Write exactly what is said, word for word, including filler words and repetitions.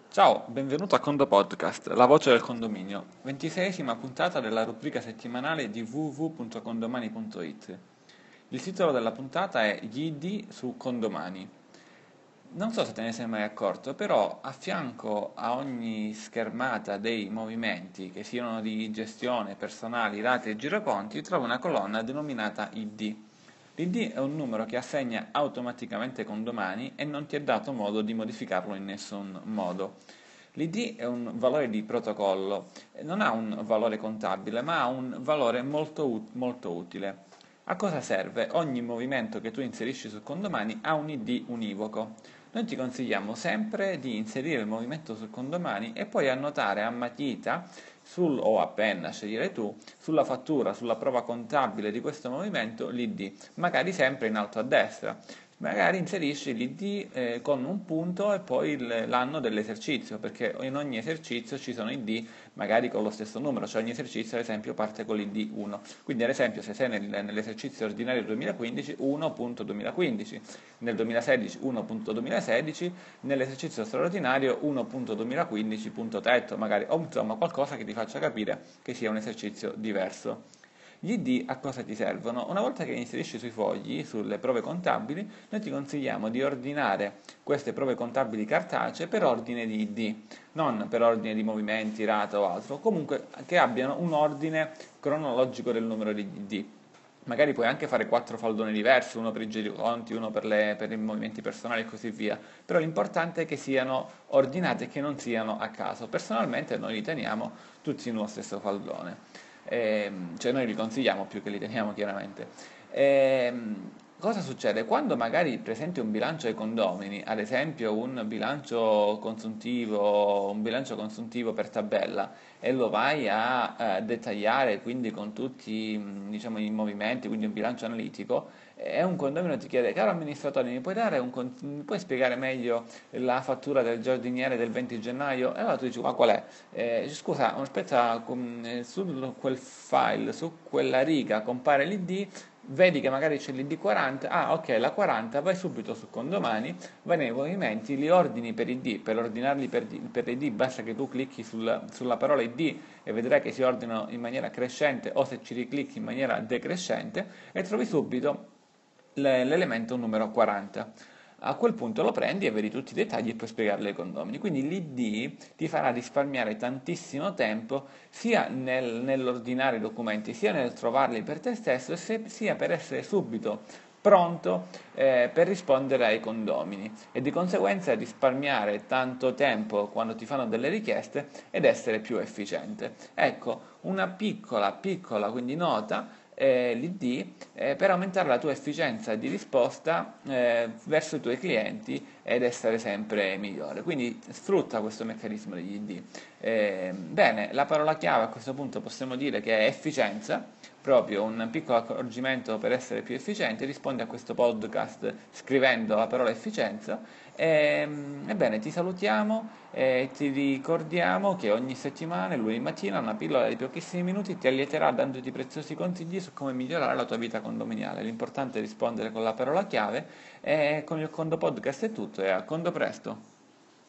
Ciao, benvenuto a Condo Podcast, la voce del condominio, ventiseiesima puntata della rubrica settimanale di w w w punto condomani punto i t. Il titolo della puntata è Gli I D su Condomani. Non so se te ne sei mai accorto, però a fianco a ogni schermata dei movimenti, che siano di gestione, personali, rate e giroconti, trovo una colonna denominata I D. L'I D è un numero che assegna automaticamente condomani e non ti è dato modo di modificarlo in nessun modo. L'I D è un valore di protocollo, non ha un valore contabile, ma ha un valore molto, ut- molto utile. A cosa serve? Ogni movimento che tu inserisci su condomani ha un I D univoco. Noi ti consigliamo sempre di inserire il movimento su condomani e poi annotare a matita sul, o a penna, scegliere tu, sulla fattura, sulla prova contabile di questo movimento l'I D, magari sempre in alto a destra. Magari inserisci l'I D eh, con un punto e poi il- l'anno dell'esercizio, perché in ogni esercizio ci sono I D magari con lo stesso numero, cioè ogni esercizio ad esempio parte con l'I D uno. Quindi ad esempio se sei nel- nell'esercizio ordinario duemilaquindici uno punto duemilaquindici, nel duemilasedici uno punto duemilasedici, nell'esercizio straordinario uno punto duemilaquindici punto tetto, magari, o insomma qualcosa che ti faccia capire che sia un esercizio diverso. Gli I D a cosa ti servono? Una volta che li inserisci sui fogli, sulle prove contabili, noi ti consigliamo di ordinare queste prove contabili cartacee per ordine di I D, non per ordine di movimenti, rata o altro, comunque che abbiano un ordine cronologico del numero di I D. Magari puoi anche fare quattro faldoni diversi, uno per i giroconti, uno per, le, per i movimenti personali e così via, però l'importante è che siano ordinati e che non siano a caso. Personalmente noi li teniamo tutti in uno stesso faldone. Ehm, cioè noi li consigliamo più che li teniamo chiaramente. Ehm, cosa succede? Quando magari presenti un bilancio ai condomini, ad esempio un bilancio consuntivo, un bilancio consuntivo per tabella, e lo vai a eh, dettagliare quindi con tutti mh, diciamo, i movimenti, quindi un bilancio analitico, e un condomino ti chiede, caro amministratore, mi puoi, dare un con- mi puoi spiegare meglio la fattura del giardiniere del venti gennaio? E allora tu dici, ma qual è? Eh, scusa, aspetta, com- eh, su quel file, su quella riga compare l'I D, vedi che magari c'è l'I D quaranta, ah ok, la quaranta, vai subito su condomani, vai nei movimenti, li ordini per I D, per ordinarli per, per I D basta che tu clicchi sul- sulla parola I D e vedrai che si ordinano in maniera crescente o se ci riclicchi in maniera decrescente e trovi subito le- l'elemento numero quaranta. A quel punto lo prendi e vedi tutti i dettagli e puoi spiegarli ai condomini. Quindi l'I D ti farà risparmiare tantissimo tempo sia nel- nell'ordinare i documenti, sia nel trovarli per te stesso, e se- sia per essere subito pronto eh, per rispondere ai condomini e di conseguenza risparmiare tanto tempo quando ti fanno delle richieste ed essere più efficiente. Ecco, una piccola, piccola quindi nota eh, l'I D eh, per aumentare la tua efficienza di risposta eh, verso i tuoi clienti ed essere sempre migliore. Quindi sfrutta questo meccanismo degli I D. Eh, bene, la parola chiave a questo punto possiamo dire che è efficienza, proprio un piccolo accorgimento per essere più efficienti. Rispondi a questo podcast scrivendo la parola efficienza. E, ebbene, ti salutiamo e ti ricordiamo che ogni settimana, lunedì mattina, una pillola di pochissimi minuti ti allieterà dandoti preziosi consigli su come migliorare la tua vita condominiale. L'importante è rispondere con la parola chiave e con il Condo Podcast è tutto e a Condo presto!